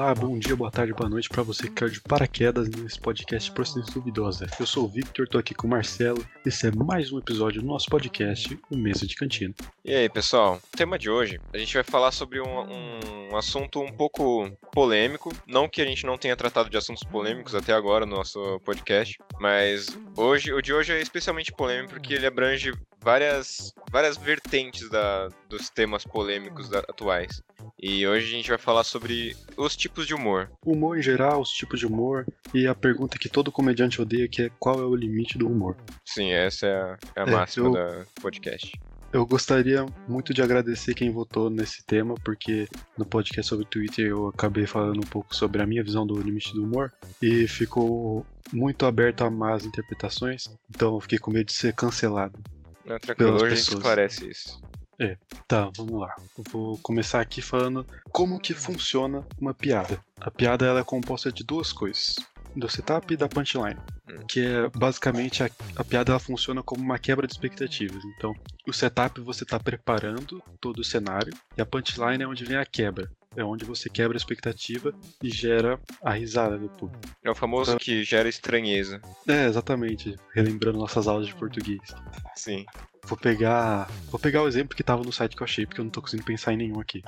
Olá, bom dia, boa tarde, boa noite para você que caiu de paraquedas nesse podcast Procedência Duvidosa. Eu sou o Victor, tô aqui com o Marcelo. Esse é mais um episódio do nosso podcast, o Mesa de Cantina. E aí, pessoal? O tema de hoje, a gente vai falar sobre um assunto um pouco polêmico. Não que a gente não tenha tratado de assuntos polêmicos até agora no nosso podcast, mas o de hoje é especialmente polêmico porque ele abrange várias vertentes dos temas polêmicos atuais. E hoje a gente vai falar sobre os tipos de humor. O humor em geral, os tipos de humor e a pergunta que todo comediante odeia, que é qual é o limite do humor. Sim, essa é a máxima do podcast. Eu gostaria muito de agradecer quem votou nesse tema, porque no podcast sobre Twitter eu acabei falando um pouco sobre a minha visão do limite do humor e ficou muito aberto a más interpretações, então eu fiquei com medo de ser cancelado. Não, tranquilo, hoje a gente esclarece isso. Tá, vamos lá. Eu vou começar aqui falando como que funciona uma piada. A piada ela é composta de duas coisas, do setup e da punchline, que é basicamente a piada ela funciona como uma quebra de expectativas. Então, o setup você está preparando todo o cenário e a punchline é onde vem a quebra. É onde você quebra a expectativa e gera a risada do público. É o famoso que gera estranheza. É, exatamente. Relembrando nossas aulas de português. Sim. Vou pegar o exemplo que tava no site que eu achei, porque eu não tô conseguindo pensar em nenhum aqui.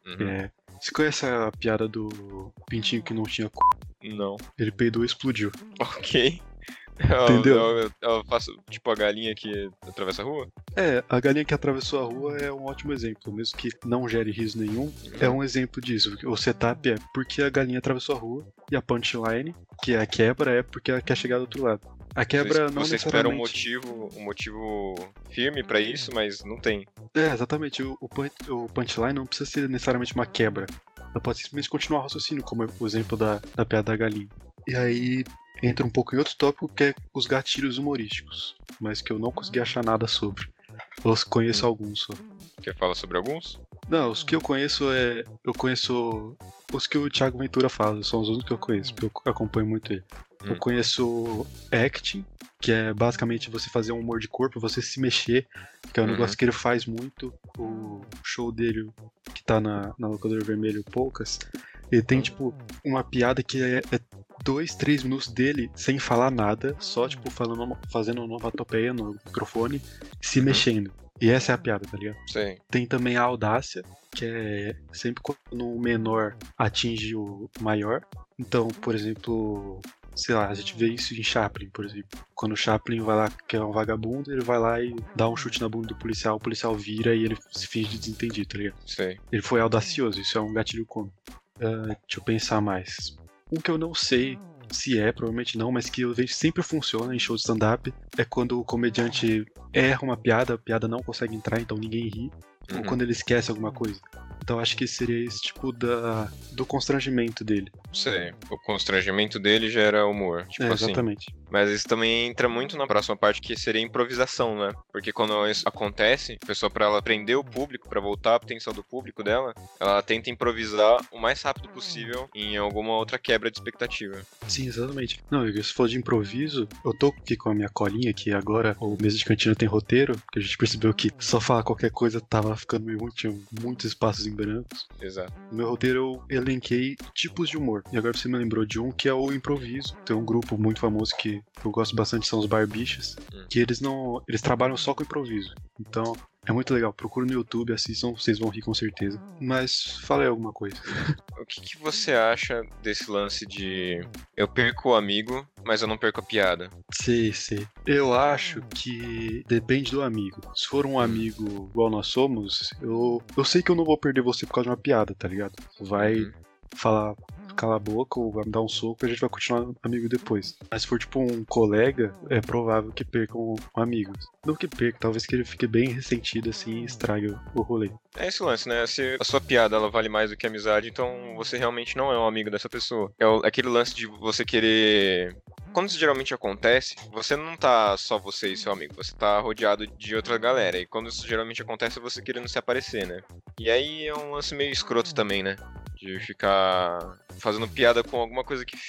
Você conhece a piada do pintinho que não tinha c***? Não. Ele peidou e explodiu. Ok. Entendeu? Eu faço tipo a galinha que atravessa a rua? É, a galinha que atravessou a rua é um ótimo exemplo. Mesmo que não gere riso nenhum, é um exemplo disso. O setup é porque a galinha atravessou a rua e a punchline, que é a quebra, é porque ela quer chegar do outro lado. A quebra não você necessariamente... espera um motivo firme pra isso, mas não tem. É, exatamente. O punchline não precisa ser necessariamente uma quebra. Ela pode simplesmente continuar o raciocínio, como é o exemplo da piada da galinha. E aí entra um pouco em outro tópico, que é os gatilhos humorísticos, mas que eu não consegui achar nada sobre. Eu conheço alguns só. Quer falar sobre alguns? Não, os que eu conheço eu conheço os que o Thiago Ventura fala, são os únicos que eu conheço, porque eu acompanho muito ele. Eu conheço acting, que é basicamente você fazer um humor de corpo, você se mexer, que é um negócio que ele faz muito. O show dele, que tá na Locadora Vermelho, Poucas, ele tem tipo uma piada que é 2, 3 minutos dele sem falar nada, só tipo fazendo onomatopeia no microfone, se mexendo. E essa é a piada, tá ligado? Sim. Tem também a audácia, que é sempre quando o menor atinge o maior. Então, por exemplo, sei lá, a gente vê isso em Chaplin, por exemplo. Quando o Chaplin vai lá, que é um vagabundo, ele vai lá e dá um chute na bunda do policial, o policial vira e ele se finge de desentendido, tá ligado? Sim. Ele foi audacioso, isso é um gatilho cômico. Deixa eu pensar mais. Um que eu não sei se provavelmente não, mas que eu vejo sempre funciona em show de stand-up é quando o comediante erra uma piada, a piada não consegue entrar, então ninguém ri, ou quando ele esquece alguma coisa. Então acho que seria esse tipo do constrangimento dele. Sei, o constrangimento dele gera humor, tipo assim. Exatamente. Mas isso também entra muito na próxima parte, que seria improvisação, né? Porque quando isso acontece, a pessoa, pra ela prender o público, pra voltar a atenção do público dela, ela tenta improvisar o mais rápido possível em alguma outra quebra de expectativa. Sim, exatamente. Não, se for de improviso, eu tô aqui com a minha colinha, que agora o Mesa de Cantina tem roteiro, porque a gente percebeu que só falar qualquer coisa tava ficando meio ruim, tinha muitos espaços em brancos. Exato. No meu roteiro eu elenquei tipos de humor. E agora você me lembrou de um que é o improviso. Tem um grupo muito famoso que eu gosto bastante, são os Barbichas, que eles trabalham só com improviso. Então é muito legal, procura no YouTube, assistam, vocês vão rir com certeza. Mas fala aí alguma coisa. O que você acha desse lance de eu perco o amigo, mas eu não perco a piada? Sei. Eu acho que depende do amigo. Se for um amigo igual nós somos, eu sei que eu não vou perder você por causa de uma piada, tá ligado? Vai falar cala a boca ou vai me dar um soco e a gente vai continuar amigo depois. Mas se for tipo um colega, é provável que perca um amigo. Não que perca, talvez que ele fique bem ressentido assim e estrague o rolê. É esse lance, né? Se a sua piada ela vale mais do que a amizade, então você realmente não é um amigo dessa pessoa. É aquele lance de você querer... Quando isso geralmente acontece, você não tá só você e seu amigo, você tá rodeado de outra galera. E quando isso geralmente acontece, é você querendo se aparecer, né? E aí é um lance meio escroto também, né? De ficar fazendo piada com alguma coisa que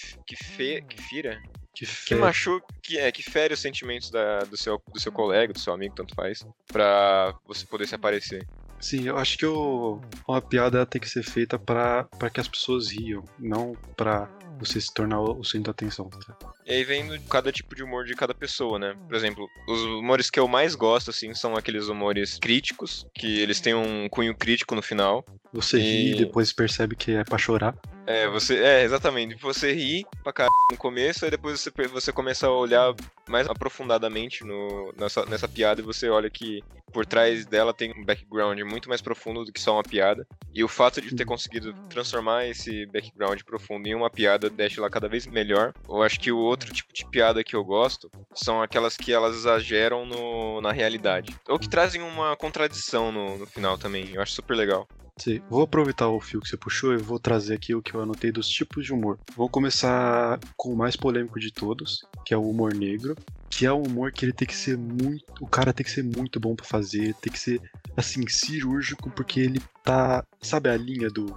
fira. Que machuca, que fere os sentimentos do seu colega, do seu amigo, tanto faz, pra você poder se aparecer. Sim, eu acho que uma piada ela tem que ser feita pra que as pessoas riam, não pra você se tornar o centro da atenção. Tá? E aí vem cada tipo de humor de cada pessoa, né? Por exemplo, os humores que eu mais gosto, assim, são aqueles humores críticos, que eles têm um cunho crítico no final. Você ri e depois percebe que é pra chorar. Exatamente. Você ri pra caralho no começo, aí depois você começa a olhar mais aprofundadamente nessa piada e você olha que por trás dela tem um background muito mais profundo do que só uma piada. E o fato de ter conseguido transformar esse background profundo em uma piada deixa ela cada vez melhor. Eu acho que o outro tipo de piada que eu gosto são aquelas que elas exageram na realidade. Ou que trazem uma contradição no final também. Eu acho super legal. Sim. Vou aproveitar o fio que você puxou e vou trazer aqui o que eu anotei dos tipos de humor. Vou começar com o mais polêmico de todos, que é o humor negro, que é um humor que ele tem que ser muito... O cara tem que ser muito bom pra fazer, tem que ser, assim, cirúrgico, porque ele tá... Sabe a linha do...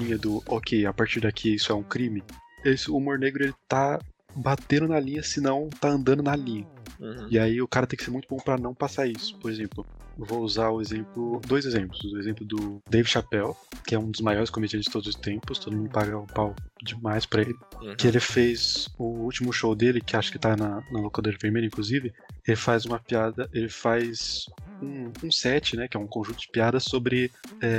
ok, a partir daqui isso é um crime? O humor negro, ele tá batendo na linha, senão tá andando na linha. Uhum. E aí o cara tem que ser muito bom pra não passar isso. Por exemplo, eu vou usar dois exemplos. O exemplo do Dave Chappelle, que é um dos maiores comediantes de todos os tempos, todo mundo paga um pau demais pra ele. Uhum. Que ele fez o último show dele, que acho que tá na locadora vermelha, inclusive. Ele faz uma piada, ele faz um set, né, que é um conjunto de piadas sobre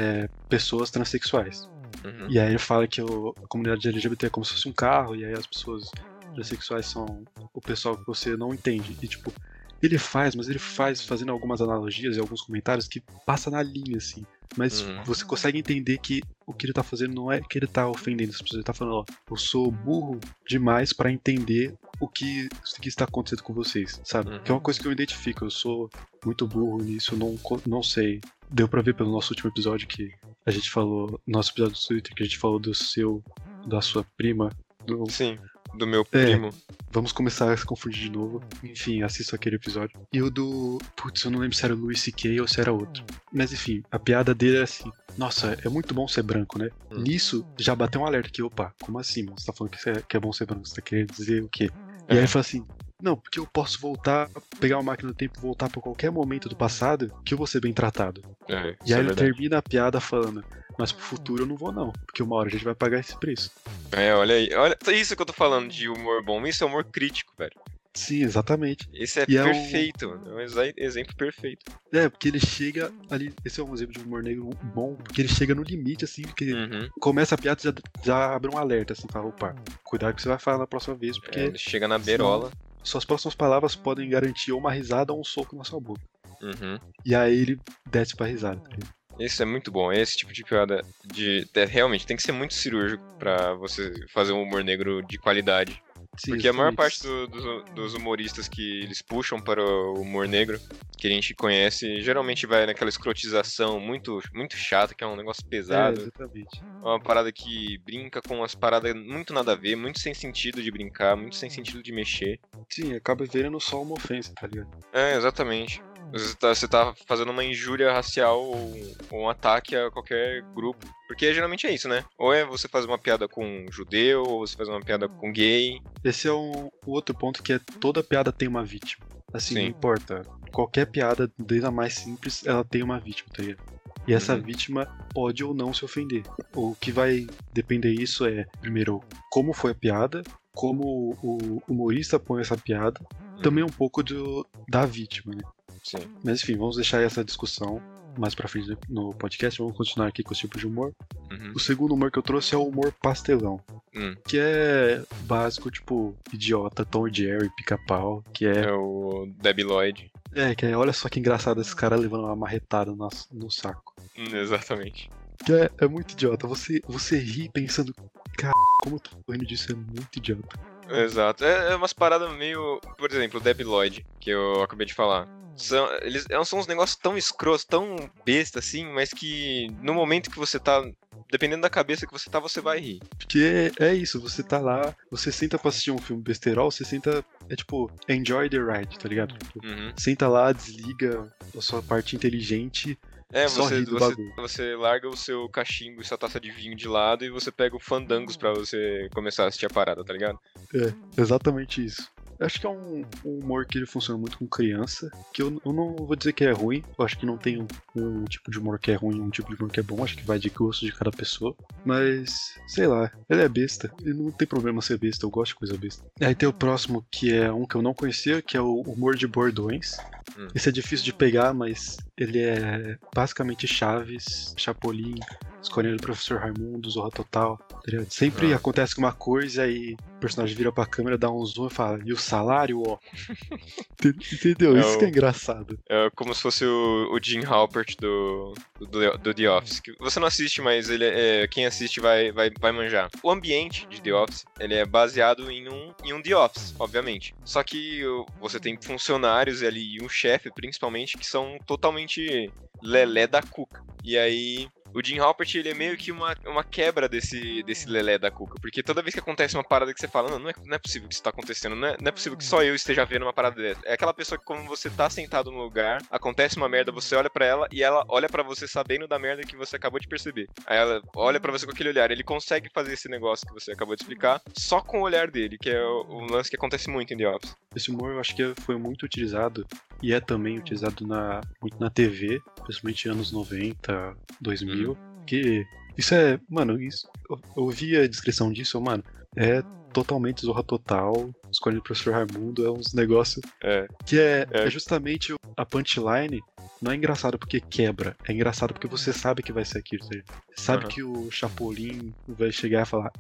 pessoas transexuais. Uhum. E aí ele fala que a comunidade LGBT é como se fosse um carro, e aí as pessoas transexuais são o pessoal que você não entende. E tipo, ele faz fazendo algumas analogias e alguns comentários que passa na linha, assim. Mas você consegue entender que o que ele tá fazendo não é que ele tá ofendendo as pessoas, ele tá falando, ó, eu sou burro demais pra entender o que está acontecendo com vocês, sabe? Que é uma coisa que eu identifico, eu sou muito burro nisso, não sei. Deu pra ver pelo nosso último episódio que a gente falou, nosso episódio do Twitter, que a gente falou da sua prima. Sim, do meu primo. Vamos começar a se confundir de novo. Enfim, assisto aquele episódio. E o do... Putz, eu não lembro se era o Louis C.K. ou se era outro. Mas enfim, a piada dele é assim... Nossa, é muito bom ser branco, né? Nisso, já bateu um alerta aqui. Opa, como assim, mano? Você tá falando que é bom ser branco? Você tá querendo dizer o quê? E aí ele fala assim... Não, porque eu posso voltar, pegar uma máquina do tempo e voltar pra qualquer momento do passado que eu vou ser bem tratado. E aí ele termina a piada falando... Mas pro futuro eu não vou não, porque uma hora a gente vai pagar esse preço. Olha aí, olha isso que eu tô falando de humor bom, isso é humor crítico, velho. Sim, exatamente. Esse é perfeito, é um exemplo perfeito. Porque ele chega ali, esse é um exemplo de humor negro bom, porque ele chega no limite, assim, porque começa a piada e já abre um alerta, assim, fala, opa, cuidado que você vai falar na próxima vez, porque... ele chega na beirola. Suas próximas palavras podem garantir ou uma risada ou um soco na sua boca. E aí ele desce pra risada, tá ligado? Isso é muito bom, esse tipo de piada realmente tem que ser muito cirúrgico pra você fazer um humor negro de qualidade. Sim, porque a maior parte dos humoristas que eles puxam para o humor negro, que a gente conhece, geralmente vai naquela escrotização muito, muito chata, que é um negócio pesado. Exatamente. Uma parada que brinca com umas paradas muito nada a ver, muito sem sentido de brincar, muito sem sentido de mexer. Sim, acaba virando só uma ofensa, tá ligado? Exatamente. Você tá fazendo uma injúria racial ou um ataque a qualquer grupo. Porque geralmente é isso, né? Ou é você fazer uma piada com judeu, ou você faz uma piada com gay. Esse é o outro ponto, que é toda piada tem uma vítima. Assim, Sim. Não importa. Qualquer piada, desde a mais simples, ela tem uma vítima, tá ligado? E essa vítima pode ou não se ofender. O que vai depender disso é, primeiro, como foi a piada, como o humorista põe essa piada, também um pouco da vítima, né? Sim. Mas enfim, vamos deixar essa discussão mais pra frente no podcast. Vamos continuar aqui com os tipos de humor. O segundo humor que eu trouxe é o humor pastelão. Que é básico, tipo, idiota, Tom e Jerry, pica-pau, que é o Debi Lloyd. Que é, olha só que engraçado esse cara levando uma marretada no saco. Exatamente. Que é muito idiota. Você ri pensando, cara, como eu tô rindo disso, é muito idiota. Exato. É umas paradas meio... Por exemplo, o Debi Lloyd, que eu acabei de falar. São uns negócios tão escrotos, tão besta assim, mas que no momento que você tá... Dependendo da cabeça que você tá, você vai rir. Porque é isso, você tá lá, você senta pra assistir um filme besterol, você senta, tipo, enjoy the ride, tá ligado? Senta lá, desliga a sua parte inteligente, só ri do bagulho. Você larga o seu cachimbo e sua taça de vinho de lado e você pega o Fandangos pra você começar a assistir a parada, tá ligado? Exatamente isso. Eu acho que é um humor que ele funciona muito com criança, que eu não vou dizer que é ruim, eu acho que não tem um tipo de humor que é ruim e um tipo de humor que é bom, acho que vai de gosto de cada pessoa, mas, sei lá, ele é besta, e não tem problema ser besta, eu gosto de coisa besta. Aí tem o próximo, que é um que eu não conhecia, que é o humor de bordões. Esse é difícil de pegar, mas ele é basicamente Chaves, Chapolin, Escolinha do Professor Raimundo, Zorra Total, tá ligado? Sempre acontece uma coisa e o personagem vira pra câmera, dá um zoom e fala, e o salário, ó? Entendeu? Isso que é engraçado. É como se fosse o Jim Halpert do The Office. Que você não assiste, mas quem assiste vai manjar. O ambiente de The Office, ele é baseado em um The Office, obviamente. Só que você tem funcionários ali e um chefe, principalmente, que são totalmente lelé da cuca. E aí... O Jim Halpert, ele é meio que uma quebra desse lelé da cuca, porque toda vez que acontece uma parada que você fala, não é possível que isso tá acontecendo, não é possível que só eu esteja vendo uma parada dessa. É aquela pessoa que quando você tá sentado no lugar, acontece uma merda, você olha pra ela e ela olha pra você sabendo da merda que você acabou de perceber. Aí ela olha pra você com aquele olhar, ele consegue fazer esse negócio que você acabou de explicar só com o olhar dele, que é o lance que acontece muito em The Office. Esse humor eu acho que foi muito utilizado e é também utilizado muito na TV, principalmente anos 90, 2000, que isso é, mano, eu vi a descrição disso, mano, é totalmente Zorra Total, Escolinha do Professor Raimundo, é uns negócios que é justamente a punchline, não é engraçado porque quebra, é engraçado porque você sabe que vai ser aquilo, você sabe que o Chapolin vai chegar e falar,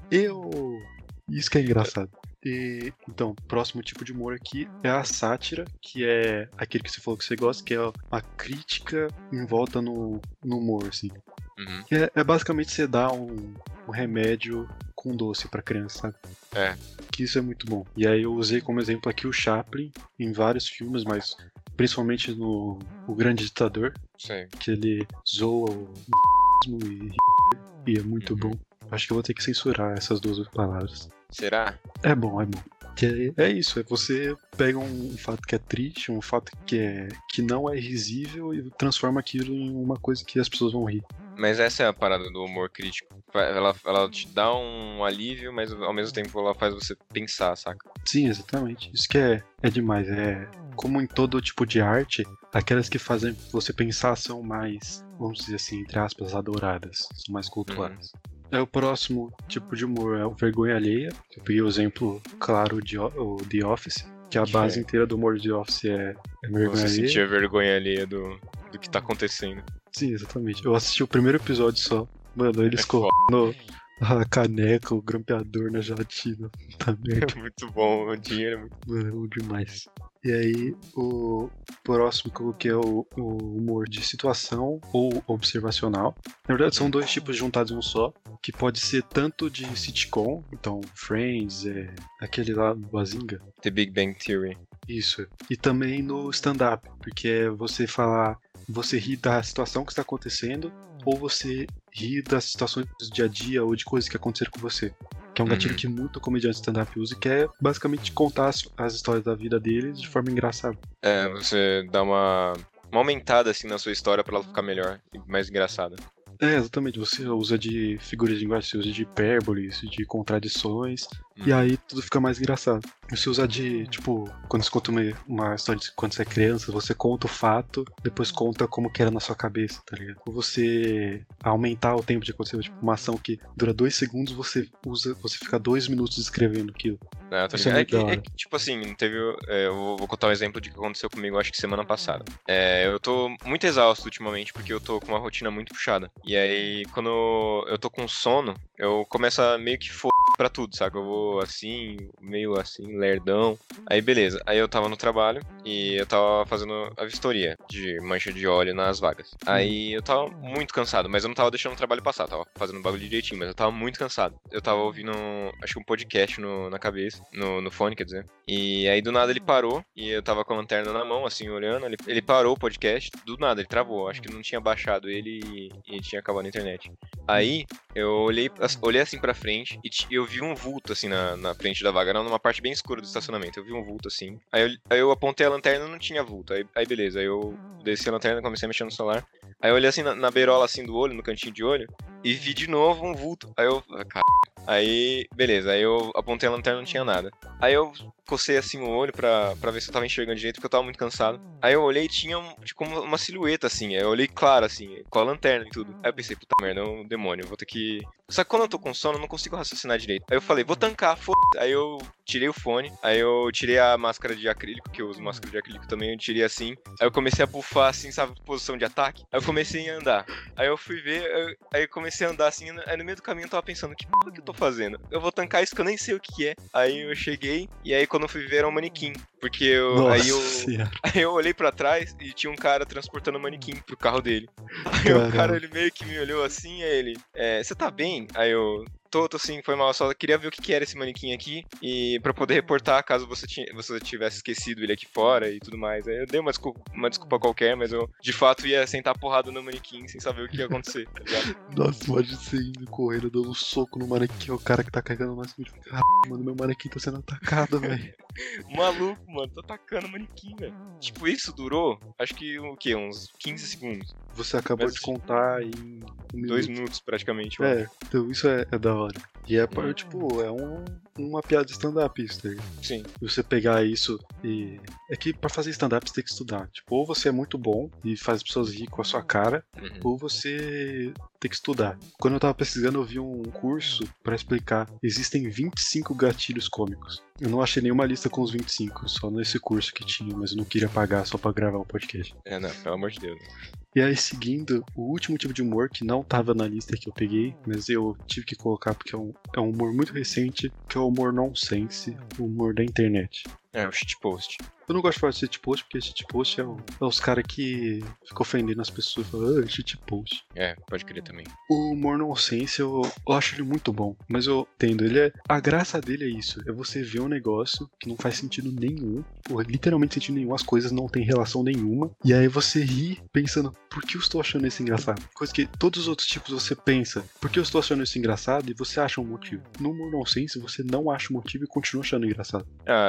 isso que é engraçado. E, então, próximo tipo de humor aqui é a sátira, que é aquele que você falou que você gosta, que é uma crítica em volta no humor, assim. Que é basicamente você dar um remédio com doce pra criança, sabe? Que isso é muito bom. E aí eu usei como exemplo aqui o Chaplin em vários filmes, mas principalmente no O Grande Ditador, que ele zoa o e é muito bom. Acho que eu vou ter que censurar essas duas palavras. Será? É bom. Que é isso, você pega um fato que é triste, um fato que não é risível e transforma aquilo em uma coisa que as pessoas vão rir. Mas essa é a parada do humor crítico. Ela te dá um alívio, mas ao mesmo tempo ela faz você pensar, saca? Sim, exatamente. Isso que é demais. É como em todo tipo de arte, aquelas que fazem você pensar são mais, vamos dizer assim, entre aspas, adoradas, são mais cultuadas. O próximo tipo de humor é o vergonha alheia. Eu peguei o exemplo claro de o The Office, que a base inteira do humor do The Office é vergonha alheia. Você sentia vergonha alheia do que tá acontecendo. Sim, exatamente. Eu assisti o primeiro episódio só. Mano, eles colocando a caneca, o grampeador na gelatina. Tá merda. É muito bom, o dinheiro é muito... Mano, é bom demais. E aí, o próximo que eu coloquei é o humor de situação ou observacional. Na verdade, são dois tipos juntados em um só, que pode ser tanto de sitcom, então Friends, aquele lá do Bazinga. The Big Bang Theory. Isso. E também no stand-up, porque é você ri da situação que está acontecendo, ou você ri das situações do dia a dia ou de coisas que aconteceram com você. Que é um gatilho que muito comediante stand-up usa, que é basicamente contar as histórias da vida deles de forma engraçada. Você dá uma aumentada assim na sua história pra ela ficar melhor e mais engraçada. Exatamente. Você usa de figuras de linguagem, você usa de hipérboles, de contradições, e aí tudo fica mais engraçado. Você usa quando você conta uma história de quando você é criança, você conta o fato, depois conta como que era na sua cabeça, tá ligado? Ou você aumentar o tempo de acontecer, uma ação que dura 2 segundos, você fica 2 minutos escrevendo aquilo. Isso é que, tipo assim, eu vou contar um exemplo de que aconteceu comigo, acho que semana passada. Eu tô muito exausto ultimamente, porque eu tô com uma rotina muito puxada. E aí, quando eu tô com sono, eu começo a meio que pra tudo, saca? Eu vou assim, meio assim, lerdão. Aí beleza, aí eu tava no trabalho e eu tava fazendo a vistoria de mancha de óleo nas vagas. Aí eu tava muito cansado, mas eu não tava deixando o trabalho passar, tava fazendo o bagulho direitinho, mas eu tava muito cansado. Eu tava ouvindo, acho que um podcast na cabeça, no fone, quer dizer. E aí do nada ele parou e eu tava com a lanterna na mão, assim, olhando. Ele parou o podcast, do nada ele travou. Acho que não tinha baixado ele e tinha acabado a internet. Aí eu olhei assim pra frente e eu vi um vulto assim na frente da vaga, numa parte bem escura do estacionamento. Eu vi um vulto assim. Aí eu apontei a lanterna e não tinha vulto. Aí beleza, aí eu desci a lanterna, comecei a mexer no celular. Aí eu olhei assim na beirola assim do olho, no cantinho de olho, e vi de novo um vulto. Aí eu, cara. Aí, beleza, aí eu apontei a lanterna e não tinha nada. Aí eu cocei assim o olho pra ver se eu tava enxergando direito, porque eu tava muito cansado. Aí eu olhei e tinha tipo, uma silhueta assim, aí eu olhei claro assim, com a lanterna e tudo. Aí eu pensei, puta merda, é um demônio, eu vou ter que... Só que quando eu tô com sono, eu não consigo raciocinar direito. Aí eu falei, vou tancar, foda-se. Aí eu tirei o fone, aí eu tirei a máscara de acrílico, que eu uso máscara de acrílico também, eu tirei assim. Aí eu comecei a bufar assim, sabe, posição de ataque. Aí eu comecei a andar. Aí eu fui ver, aí eu comecei a andar assim, aí no meio do caminho eu tava pensando, que porra que eu tô fazendo? Eu vou tancar isso que eu nem sei o que é. Aí eu cheguei, e aí quando eu fui ver era um manequim. Porque aí eu olhei pra trás e tinha um cara transportando o manequim pro carro dele. Aí o cara, ele meio que me olhou assim, aí ele, você tá bem? Aí eu... Tô sim, foi mal, só queria ver o que era esse manequim aqui e pra poder reportar caso você tivesse esquecido ele aqui fora e tudo mais. Aí eu dei uma desculpa qualquer, mas eu de fato ia sentar porrada no manequim sem saber o que ia acontecer, tá ligado? Nossa, imagina você indo correndo, dando um soco no manequim, o cara que tá carregando o manequim. Caralho, mano, meu manequim tá sendo atacado, velho. Maluco, mano, tá atacando o manequim, velho. Tipo, isso durou, acho que o quê? Uns 15 segundos. Você acabou de contar em 1 minuto. 2 minutos, praticamente. Mano. Então isso é da hora. E é, tipo, uma piada de stand-up isso, tá? Sim. Você pegar isso e... É que pra fazer stand-up você tem que estudar. Tipo, ou você é muito bom e faz as pessoas rir com a sua cara, ou você tem que estudar. Quando eu tava pesquisando, eu vi um curso pra explicar. Existem 25 gatilhos cômicos. Eu não achei nenhuma lista com os 25, só nesse curso que tinha, mas eu não queria pagar só pra gravar o podcast. Não, pelo amor de Deus. E aí, seguindo, o último tipo de humor que não tava na lista que eu peguei, mas eu tive que colocar porque é um humor muito recente, que é o humor nonsense, o humor da internet. O shitpost. Eu não gosto de falar de shitpost, porque shitpost é os caras que ficam ofendendo as pessoas e falam, shitpost. Pode crer também. O humor nonsense, eu acho ele muito bom, mas eu entendo, a graça dele é isso, é você ver um negócio que não faz sentido nenhum, literalmente sentido nenhum, as coisas não têm relação nenhuma, e aí você ri pensando, por que eu estou achando isso engraçado? Coisa que todos os outros tipos você pensa, por que eu estou achando isso engraçado, e você acha um motivo. No humor nonsense, você não acha um motivo e continua achando engraçado.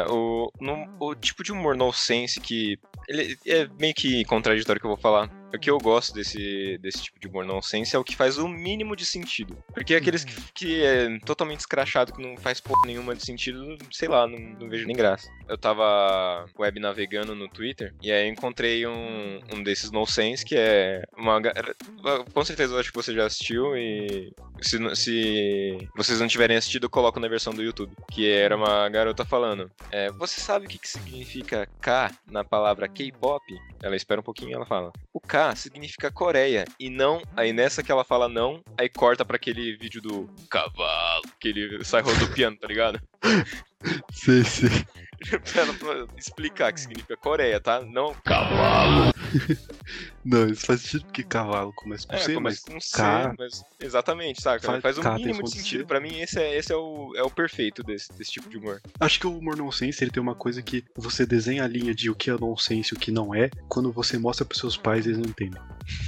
O tipo de humor nonsense que... Ele é meio que contraditório que eu vou falar. O que eu gosto desse tipo de humor nonsense é o que faz o mínimo de sentido. Porque aqueles que é totalmente escrachado, que não faz porra nenhuma de sentido, sei lá, não vejo nem graça. Eu tava web navegando no Twitter e aí encontrei um desses nonsense que é uma... Com certeza eu acho que você já assistiu e se vocês não tiverem assistido, eu coloco na versão do YouTube. Que era uma garota falando, você sabe o que significa K na palavra K-pop? Ela espera um pouquinho e ela fala, o K significa Coreia, e não, aí nessa que ela fala não, aí corta pra aquele vídeo do cavalo, que ele sai rodopiando, tá ligado? Sim. Pra ela explicar que significa Coreia, tá? Não cavalo. Não, isso faz sentido porque cavalo começa com C, mas com C, K... mas exatamente, sabe? Faz o mínimo de sentido. Pra mim, esse é o perfeito desse tipo de humor. Acho que o humor nonsense, ele tem uma coisa que você desenha a linha de o que é nonsense e o que não é, quando você mostra pros seus pais, eles não entendem.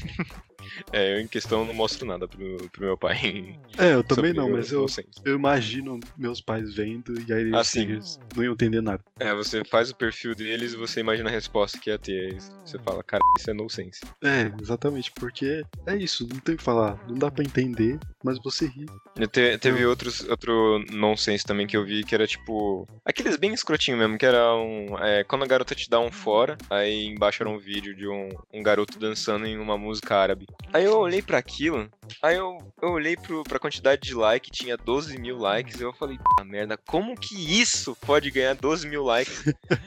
Eu em questão não mostro nada pro meu pai. Eu também não, mas eu imagino meus pais vendo e aí eles não iam entender nada. Você faz o perfil deles e você imagina a resposta que ia ter. Aí você fala, cara, isso é nonsense. Exatamente, porque é isso, não tem o que falar, não dá pra entender, mas você ri. Teve outro nonsense também que eu vi, que era tipo, aqueles bem escrotinho mesmo, que era quando a garota te dá um fora, aí embaixo era um vídeo de um garoto dançando em uma música árabe. Aí eu olhei pra aquilo, aí eu olhei pra quantidade de like, tinha 12 mil likes, e eu falei, merda, como que isso pode ganhar 12 mil likes?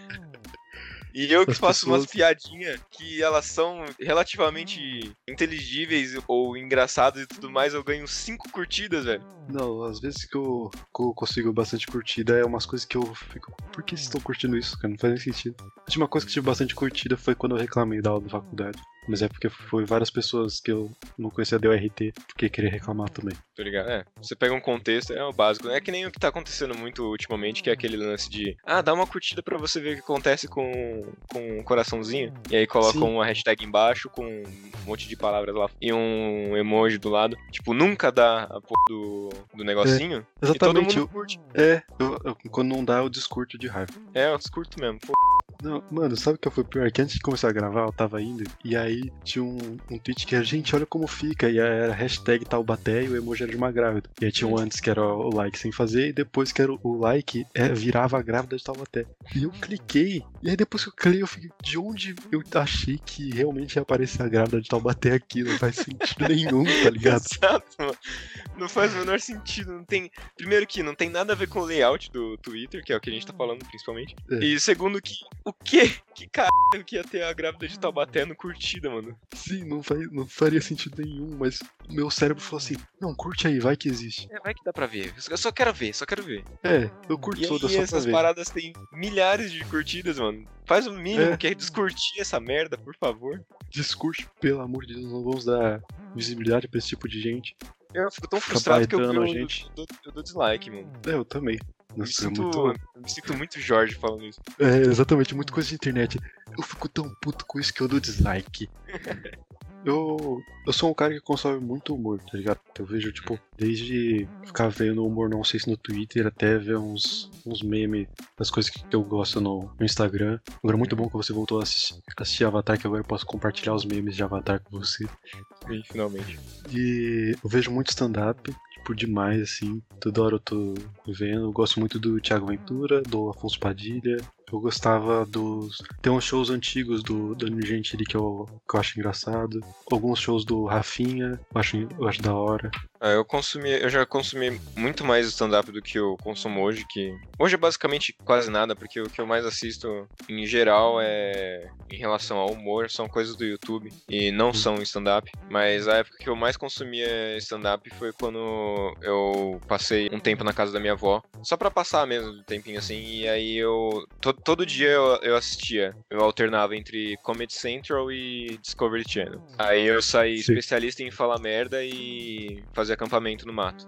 E eu que faço umas piadinhas que elas são relativamente inteligíveis ou engraçadas e tudo mais, eu ganho 5 curtidas, velho. Não, às vezes que eu consigo bastante curtida é umas coisas que eu fico, por que vocês estão curtindo isso, cara? Não faz nem sentido. A última coisa que tive bastante curtida foi quando eu reclamei da aula da faculdade. Mas é porque foi várias pessoas que eu não conhecia deu RT, porque queria reclamar também. Tô ligado? Você pega um contexto, é o básico. É que nem o que tá acontecendo muito ultimamente, que é aquele lance de dá uma curtida pra você ver o que acontece com um coraçãozinho. E aí coloca uma hashtag embaixo com um monte de palavras lá e um emoji do lado. Tipo, nunca dá a porra do negocinho. Exatamente. E todo mundo curte. Quando não dá, eu descurto de raiva. Eu descurto mesmo. Não, mano, sabe o que foi pior? Que antes de começar a gravar, eu tava indo, e aí tinha um tweet que era, gente, olha como fica, e aí era hashtag Taubaté e o emoji era de uma grávida. E aí tinha um antes que era o like sem fazer, e depois que era o like, virava a grávida de Taubaté. E eu cliquei, e aí depois que eu cliquei, eu fiquei, de onde eu achei que realmente ia aparecer a grávida de Taubaté aqui? Não faz sentido nenhum, tá ligado? Exato, mano. Não faz o menor sentido, não tem... Primeiro que não tem nada a ver com o layout do Twitter, que é o que a gente tá falando principalmente. É. E segundo que, o quê? Que caralho que ia ter a grávida de Taubaté no curtida, mano? Sim, não faria sentido nenhum, mas meu cérebro falou assim, não, curte aí, vai que existe. Vai que dá pra ver. Eu só quero ver, só quero ver. Eu curto E toda aí só pra essas ver. paradas têm milhares de curtidas, mano. Faz o mínimo que é descurtir essa merda, por favor. Discurso, pelo amor de Deus, não vamos dar visibilidade pra esse tipo de gente. Eu fico tão Fica frustrado que eu baitando a gente. dou dislike, mano. Eu também. Nossa, Eu me sinto muito Jorge falando isso. Exatamente, muita coisa de internet. Eu fico tão puto com isso que eu dou dislike. Eu sou um cara que consome muito humor, tá ligado? Eu vejo, tipo, desde ficar vendo humor, não sei se no Twitter, até ver uns memes das coisas que eu gosto no Instagram. Agora é muito bom que você voltou a assistir Avatar, que agora eu posso compartilhar os memes de Avatar com você. E, finalmente. E eu vejo muito stand-up, tipo, demais, assim. Toda hora eu tô vendo. Eu gosto muito do Thiago Ventura, do Afonso Padilha. Eu gostava dos... Tem uns shows antigos do Danilo Gentili que eu acho engraçado. Alguns shows do Rafinha, eu acho da hora. Eu já consumi muito mais stand-up do que eu consumo hoje, que... Hoje é basicamente quase nada, porque o que eu mais assisto, em geral, em relação ao humor, são coisas do YouTube, e não são stand-up. Mas a época que eu mais consumia stand-up foi quando eu passei um tempo na casa da minha avó, só pra passar mesmo um tempinho assim, e aí todo dia eu assistia. Eu alternava entre Comedy Central e Discovery Channel. Aí eu saí especialista em falar merda e fazer acampamento no mato.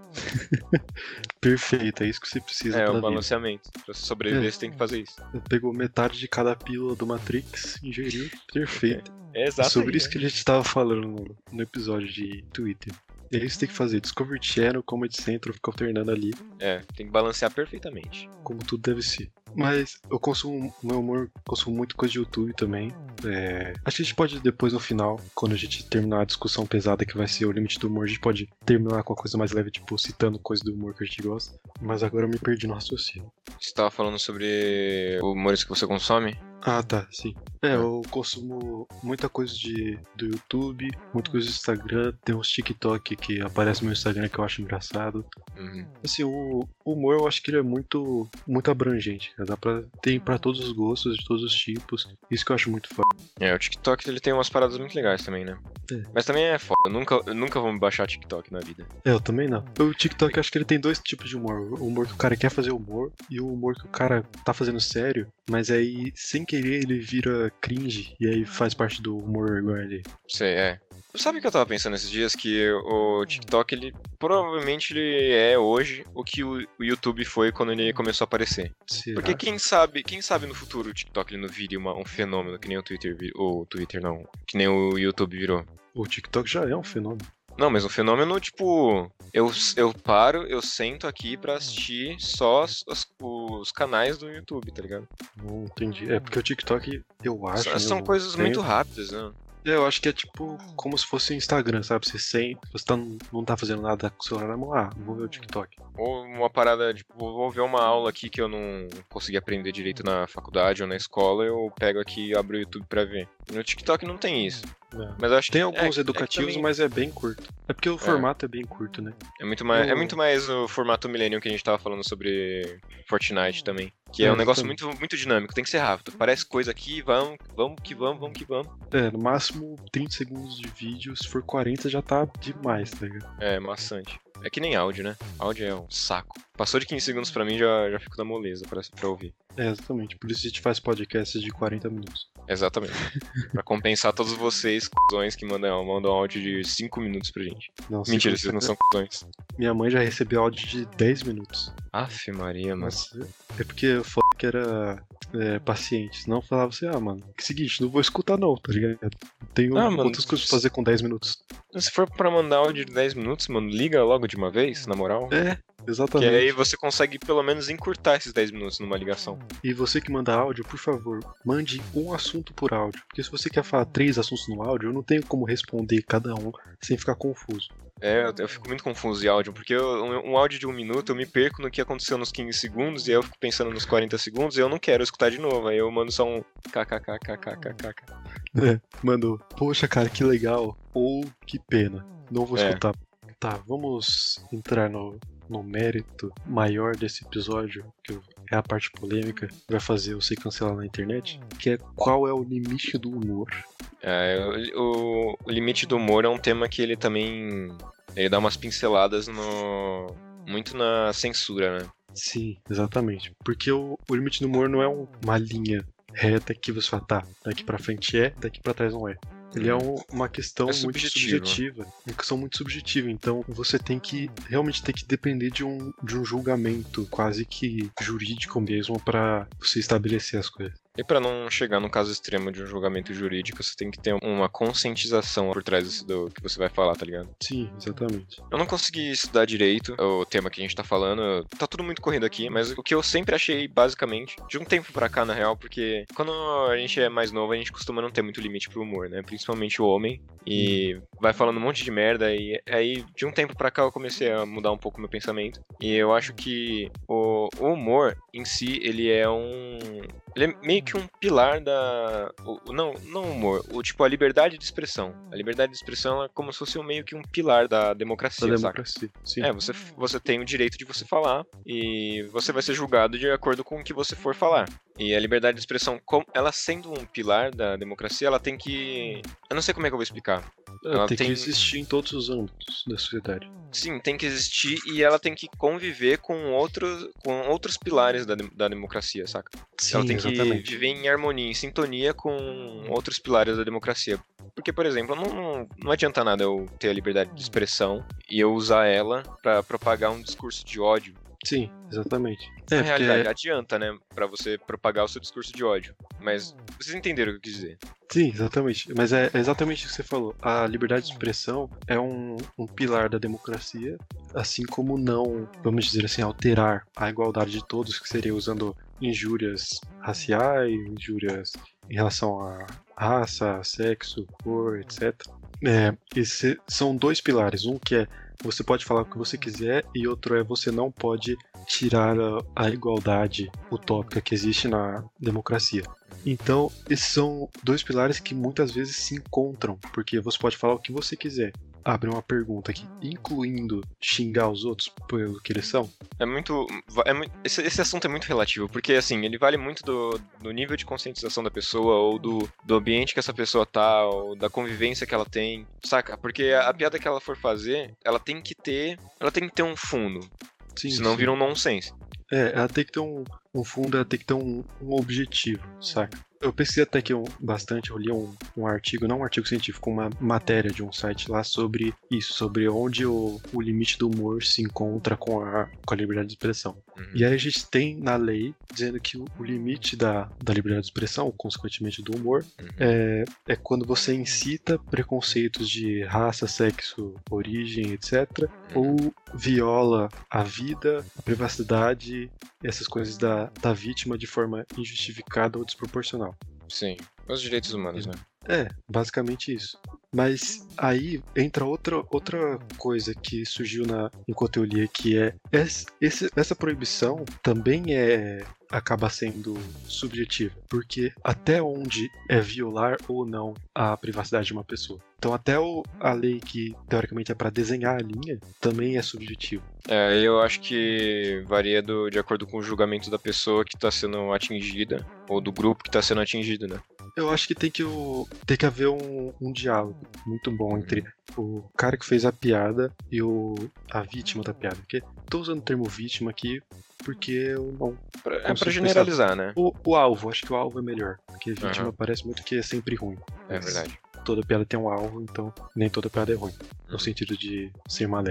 Perfeito, é isso que você precisa pra o vida. balanceamento. Pra sobreviver, você tem que fazer isso. Pegou metade de cada pílula do Matrix, ingeriu, perfeito. Exato. Sobre isso que a gente tava falando no episódio de Twitter. É isso que tem que fazer. Discovery Channel, Comedy Central, fica alternando ali. Tem que balancear perfeitamente. Como tudo deve ser. Mas eu meu humor, consumo muito coisa de YouTube também. Acho que a gente pode depois, no final, quando a gente terminar a discussão pesada que vai ser o limite do humor, a gente pode terminar com uma coisa mais leve, tipo, citando coisa do humor que a gente gosta. Mas agora eu me perdi no raciocínio. Você tava falando sobre humores que você consome? Ah, tá, sim. Eu consumo muita coisa do YouTube, muita coisa do Instagram, tem uns TikTok que aparece no meu Instagram que eu acho engraçado. Assim, o humor eu acho que ele é muito abrangente, cara. Tem pra todos os gostos, de todos os tipos. Isso que eu acho muito foda. O TikTok ele tem umas paradas muito legais também, né? Mas também é foda. Eu nunca vou me baixar TikTok na vida. Eu também não. O TikTok eu acho que ele tem dois tipos de humor. O humor que o cara quer fazer humor e o humor que o cara tá fazendo sério, mas aí sem querer ele vira cringe e aí faz parte do humor igual ele. Sei, Sabe o que eu tava pensando esses dias? Que o TikTok, ele provavelmente ele é hoje o que o YouTube foi quando ele começou a aparecer. Será? Porque quem sabe no futuro o TikTok ele não vire um fenômeno, que nem o Twitter não, que nem o YouTube virou. O TikTok já é um fenômeno. Não, mas um fenômeno, tipo, eu sento aqui pra assistir só os canais do YouTube, tá ligado? Não entendi. É porque o TikTok, eu acho... São coisas muito rápidas, né? Eu acho que é tipo como se fosse o Instagram, sabe? Você sente, não tá fazendo nada com o celular na mão, vou ver o TikTok. Ou uma parada, tipo, vou ver uma aula aqui que eu não consegui aprender direito na faculdade ou na escola, eu pego aqui e abro o YouTube pra ver. No TikTok não tem isso. Mas eu acho tem que alguns educativos, também... mas é bem curto. É porque o formato é bem curto, né? É muito mais o formato Millennium que a gente tava falando sobre Fortnite também. Que é um negócio muito, muito dinâmico, tem que ser rápido. Parece coisa aqui, vamos que vamos. No máximo 30 segundos de vídeo, se for 40 já tá demais, tá ligado? É, maçante. É que nem áudio, né? Áudio é um saco. Passou de 15 segundos pra mim, já fico na moleza pra ouvir. Exatamente. Por isso a gente faz podcasts de 40 minutos. Exatamente. Pra compensar todos vocês, cuzões, que mandam áudio de 5 minutos pra gente. Nossa, mentira, vocês não são cuzões. Minha mãe já recebeu áudio de 10 minutos. Aff, Maria, mano. Nossa, é porque foda que era pacientes. Não falava assim, mano, que seguinte, não vou escutar não, tá ligado? Tenho mano, outras coisas pra fazer com 10 minutos. Se for pra mandar áudio de 10 minutos, mano, liga logo de uma vez, na moral. Exatamente. Que aí você consegue pelo menos encurtar esses 10 minutos numa ligação. E você que manda áudio, por favor, mande um assunto por áudio. Porque se você quer falar 3 assuntos no áudio, eu não tenho como responder cada um sem ficar confuso. Eu fico muito confuso de áudio, porque um áudio de 1 minuto eu me perco no que aconteceu nos 15 segundos, e aí eu fico pensando nos 40 segundos e eu não quero escutar de novo, aí eu mando só um kkkkkkkk. Mandou, poxa cara, que legal, ou que pena, não vou escutar. Tá, vamos entrar no mérito maior desse episódio, que é a parte polêmica, que vai fazer eu ser cancelado na internet, que é qual é o limite do humor. O limite do humor é um tema que ele também dá umas pinceladas muito na censura, né? Sim, exatamente. Porque o limite do humor não é uma linha reta que você fala, tá, daqui pra frente daqui pra trás não é. Ele é uma questão muito subjetiva. Uma questão muito subjetiva. Então você realmente tem que depender de um julgamento quase que jurídico mesmo pra você estabelecer as coisas. E pra não chegar no caso extremo de um julgamento jurídico, você tem que ter uma conscientização por trás do que você vai falar, tá ligado? Sim, exatamente. Eu não consegui estudar direito o tema que a gente tá falando, tá tudo muito corrido aqui, mas o que eu sempre achei, basicamente, de um tempo pra cá, na real, porque quando a gente é mais novo, a gente costuma não ter muito limite pro humor, né? Principalmente o homem, e vai falando um monte de merda, e aí, de um tempo pra cá, eu comecei a mudar um pouco o meu pensamento, e eu acho que o humor, em si, ele é meio que um pilar não humor. Tipo, a liberdade de expressão. A liberdade de expressão é como se fosse meio que um pilar da democracia, saca? Sim. Você tem o direito de você falar e você vai ser julgado de acordo com o que você for falar. E a liberdade de expressão, ela sendo um pilar da democracia, ela tem que... Eu não sei como é que eu vou explicar. Ela tem que existir em todos os âmbitos da sociedade. Sim, tem que existir e ela tem que conviver com outros pilares da democracia, saca? Sim, ela tem exatamente. que viver em harmonia, em sintonia com outros pilares da democracia. Porque, por exemplo, não adianta nada eu ter a liberdade de expressão e eu usar ela pra propagar um discurso de ódio. Sim, exatamente. Na realidade, adianta, né, pra você propagar o seu discurso de ódio. Mas vocês entenderam o que eu quis dizer. Sim, exatamente. Mas é exatamente o que você falou. A liberdade de expressão é um pilar da democracia, assim como não, vamos dizer assim, alterar a igualdade de todos, que seria usando injúrias raciais, injúrias em relação a raça, sexo, cor, etc. Esses são 2 pilares. Um que é você pode falar o que você quiser e outro é você não pode tirar a igualdade utópica que existe na democracia. Então, esses são 2 pilares que muitas vezes se encontram, porque você pode falar o que você quiser. Abre uma pergunta aqui, incluindo xingar os outros pelo que eles são. Esse assunto é muito relativo, porque assim, ele vale muito do nível de conscientização da pessoa, ou do ambiente que essa pessoa tá, ou da convivência que ela tem, saca? Porque a piada que ela for fazer, ela tem que ter um fundo, senão vira um nonsense. Ela tem que ter um fundo, ela tem que ter um objetivo, saca? Eu pesquisei até que bastante, eu li um artigo, não um artigo científico, uma matéria de um site lá sobre isso, sobre onde o limite do humor se encontra com a liberdade de expressão. E aí a gente tem na lei dizendo que o limite da liberdade de expressão, consequentemente do humor, é quando você incita preconceitos de raça, sexo, origem, etc., ou viola a vida, a privacidade, essas coisas da vítima de forma injustificada ou desproporcional. Sim, os direitos humanos, né? Basicamente isso. Mas aí entra outra coisa que surgiu enquanto eu li, que é essa proibição também acaba sendo subjetiva, porque até onde é violar ou não a privacidade de uma pessoa. Então até a lei que teoricamente é para desenhar a linha também é subjetiva. Eu acho que varia de acordo com o julgamento da pessoa que está sendo atingida, ou do grupo que está sendo atingido, né? Eu acho que tem que haver um diálogo muito bom entre o cara que fez a piada e a vítima da piada. Porque tô usando o termo vítima aqui porque eu não... pra generalizar, né? O alvo, acho que o alvo é melhor. Porque vítima parece muito que é sempre ruim. É verdade. Toda piada tem um alvo, então nem toda piada é ruim. No sentido de ser maléfica.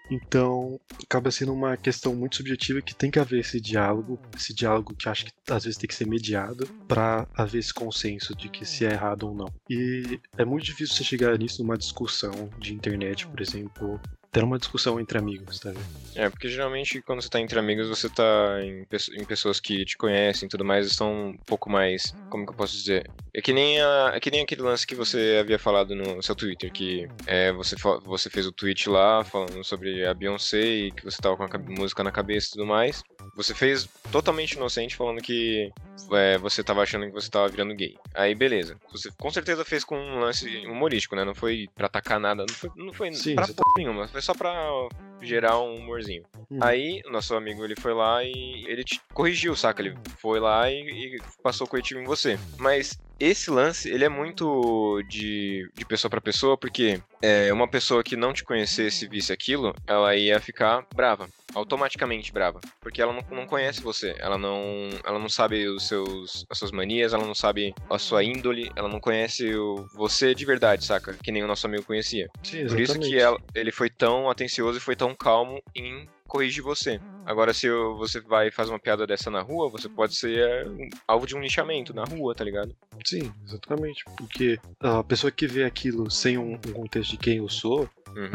Então, acaba sendo uma questão muito subjetiva que tem que haver esse diálogo que acho que às vezes tem que ser mediado para haver esse consenso de que se é errado ou não. E é muito difícil você chegar nisso numa discussão de internet, por exemplo, ter uma discussão entre amigos, tá vendo? Porque geralmente quando você tá entre amigos, você tá em pessoas que te conhecem e tudo mais, e são um pouco mais, como que eu posso dizer? É que nem aquele lance que você havia falado no seu Twitter, que você fez o tweet lá falando sobre a Beyoncé e que você tava com a música na cabeça e tudo mais. Você fez totalmente inocente falando que você tava achando que você tava virando gay. Aí beleza. Você com certeza fez com um lance humorístico, né? Não foi pra atacar nada, não foi Sim, pra porra nenhuma, foi só pra gerar um humorzinho. Aí, o nosso amigo, ele foi lá e ele te corrigiu, saca? Ele foi lá e passou o corretivo em você. Mas esse lance, ele é muito de pessoa pra pessoa, porque uma pessoa que não te conhecesse e visse aquilo, ela ia ficar brava, automaticamente brava, porque ela não conhece você, ela não sabe as suas manias, ela não sabe a sua índole, ela não conhece você de verdade, saca? Que nem o nosso amigo conhecia. Sim, Por isso que ele foi tão atencioso e foi tão calmo em corrigir você. Agora, se você vai fazer uma piada dessa na rua, você pode ser alvo de um lixamento na rua, tá ligado? Sim, exatamente. Porque a pessoa que vê aquilo sem um contexto de quem eu sou,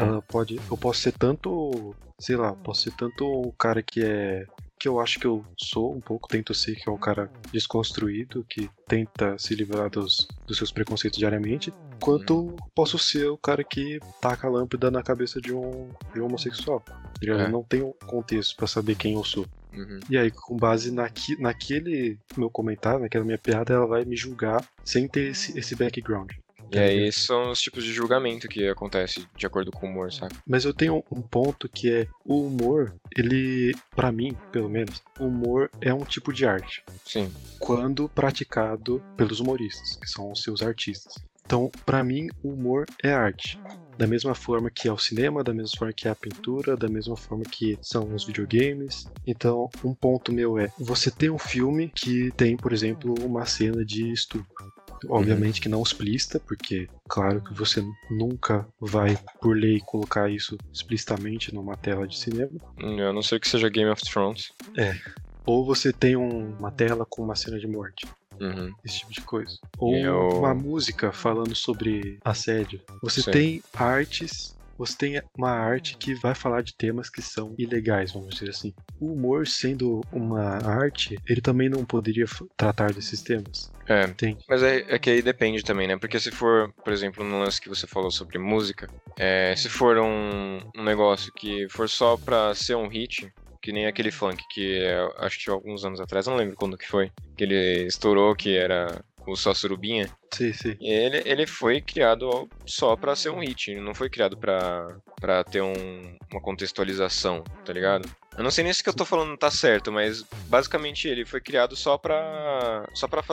eu posso ser tanto, sei lá, posso ser tanto o cara que eu acho que eu sou um pouco, tento ser, que é um cara desconstruído, que tenta se livrar dos seus preconceitos diariamente, quanto posso ser o cara que taca a lâmpada na cabeça de um homossexual. Eu não tenho contexto pra saber quem eu sou. E aí, com base naquele meu comentário, naquela minha piada, ela vai me julgar sem ter esse background. E aí, esses são os tipos de julgamento que acontece de acordo com o humor, sabe? Mas eu tenho um ponto que é o humor, ele, pra mim, pelo menos, o humor é um tipo de arte. Sim. Quando praticado pelos humoristas, que são os seus artistas. Então, pra mim, o humor é arte. Da mesma forma que é o cinema, da mesma forma que é a pintura, da mesma forma que são os videogames. Então, um ponto meu é, você tem um filme que tem, por exemplo, uma cena de estupro. Obviamente que não explícita, porque claro que você nunca vai, por lei, colocar isso explicitamente numa tela de cinema. A não ser que seja Game of Thrones. Ou você tem uma tela com uma cena de morte. Esse tipo de coisa. Ou uma música falando sobre assédio. Você tem artes. Você tem uma arte que vai falar de temas que são ilegais, vamos dizer assim. O humor, sendo uma arte, ele também não poderia tratar desses temas. Entende? Mas é que aí depende também, né? Porque se for, por exemplo, no lance que você falou sobre música, se for um negócio que for só pra ser um hit, que nem aquele funk que acho que alguns anos atrás, não lembro quando que foi, que ele estourou, que era o Só Surubinha. Sim, sim. Ele foi criado só pra ser um hit, não foi criado pra ter uma contextualização, tá ligado? Eu não sei nem se o que eu tô falando tá certo, mas basicamente ele foi criado só pra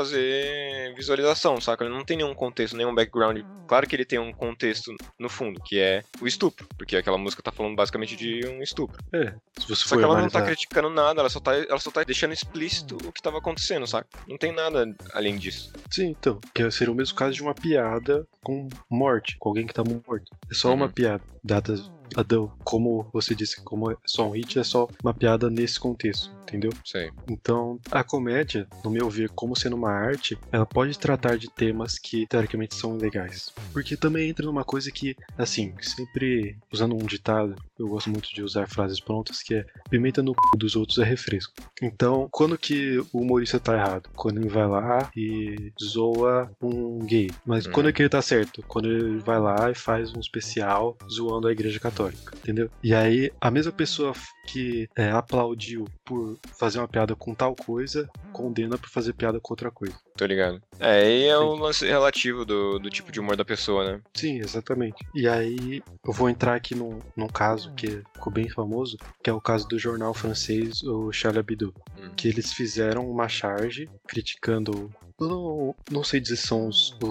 fazer visualização, saca? Ele não tem nenhum contexto, nenhum background. Claro que ele tem um contexto no fundo, que é o estupro, porque aquela música tá falando basicamente de um estupro. Se você Só que ela não tá criticando nada, ela só tá deixando explícito o que tava acontecendo, saca? Não tem nada além disso. Sim, então. Que seria o mesmo caso de uma piada com morte, com alguém que tá morto. É só uma piada, dada como você disse, como é só um hit, é só uma piada nesse contexto, entendeu? Sei. Então, a comédia, no meu ver, como sendo uma arte, ela pode tratar de temas que, teoricamente, são legais. Porque também entra numa coisa que, assim, sempre usando um ditado, eu gosto muito de usar frases prontas, que é pimenta no c... dos outros é refresco. Então, quando que o humorista tá errado? Quando ele vai lá e zoa um gay. Mas quando é que ele tá certo? Quando ele vai lá e faz um especial zoando a igreja católica. Entendeu? E aí, a mesma pessoa que aplaudiu por fazer uma piada com tal coisa, condena por fazer piada com outra coisa. Tô ligado. Aí é o lance relativo do tipo de humor da pessoa, né? Sim, exatamente. E aí, eu vou entrar aqui num caso que ficou bem famoso, que é o caso do jornal francês, o Charlie Hebdo. Que eles fizeram uma charge criticando Eu não sei dizer se são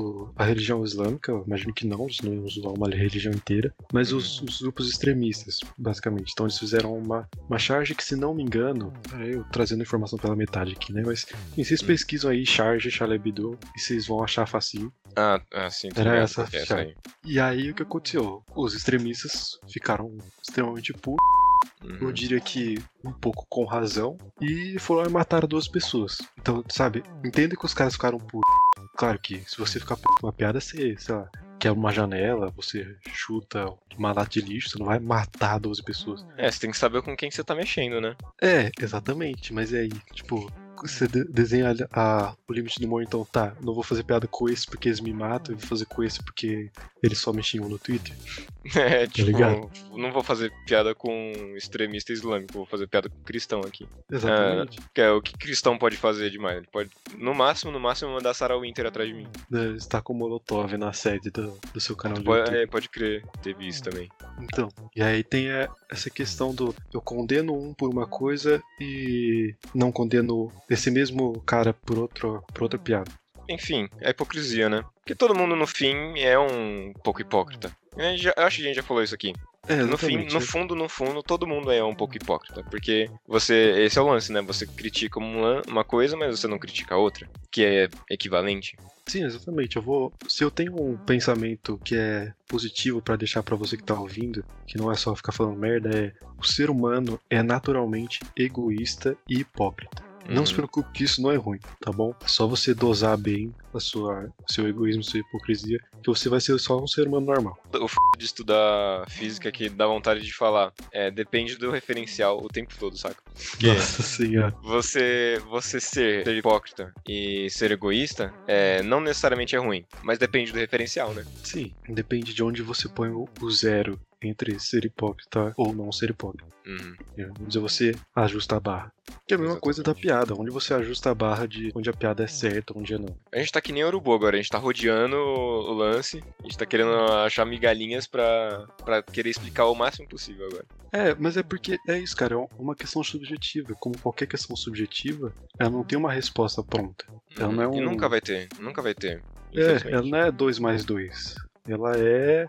a religião islâmica, eu imagino que não, eles não usam uma religião inteira, mas os grupos extremistas, basicamente. Então eles fizeram uma charge que, se não me engano, eu trazendo informação pela metade aqui, né? Mas vocês pesquisam aí charge Charlie Hebdo e vocês vão achar facinho. Sim. Era essa charge. E aí o que aconteceu? Os extremistas ficaram extremamente putos. Eu diria que um pouco com razão. E foram lá e mataram 2 pessoas. Então, sabe, entenda que os caras ficaram putos. Claro que se você ficar puto com uma piada, você, sei lá, quebra uma janela, você chuta uma lata de lixo, você não vai matar 12 pessoas. Você tem que saber com quem você tá mexendo, né? Exatamente, mas aí, tipo, você desenha o limite do humor, então tá, não vou fazer piada com esse porque eles me matam, eu vou fazer com esse porque eles só me xingam no Twitter. Tipo, não vou fazer piada com extremista islâmico, vou fazer piada com cristão aqui. Exatamente. O que cristão pode fazer demais? Ele pode, no máximo, mandar Sarah Winter atrás de mim. Está com Molotov na sede do seu canal de YouTube. Pode crer, teve isso também. Então, e aí tem essa questão do eu condeno um por uma coisa e não condeno esse mesmo cara por outra piada. Enfim, é hipocrisia, né? Porque todo mundo, no fim, é um pouco hipócrita. Eu acho que a gente já falou isso aqui. No fim, no fundo, todo mundo é um pouco hipócrita. Porque esse é o lance, né? Você critica uma coisa, mas você não critica a outra, que é equivalente. Sim, exatamente. Se eu tenho um pensamento que é positivo pra deixar pra você que tá ouvindo, que não é só ficar falando merda, o ser humano é naturalmente egoísta e hipócrita. Não se preocupe que isso não é ruim, tá bom? É só você dosar bem seu egoísmo, sua hipocrisia, que você vai ser só um ser humano normal. O de estudar física que dá vontade de falar, depende do referencial o tempo todo, saca? Porque Nossa senhora. Você ser hipócrita e ser egoísta não necessariamente é ruim, mas depende do referencial, né? Sim, depende de onde você põe o zero entre ser hipócrita ou não ser hipócrita. Vamos dizer, você ajusta a barra. Que é a mesma coisa da piada, onde você ajusta a barra de onde a piada é certa, onde é não. A gente tá que nem urubu agora, a gente tá rodeando o lance, a gente tá querendo achar migalhinhas pra querer explicar o máximo possível agora. Mas é porque é isso, cara, é uma questão subjetiva. Como qualquer questão subjetiva, ela não tem uma resposta pronta. Ela não é E nunca vai ter. Ela não é 2 mais 2. Ela é.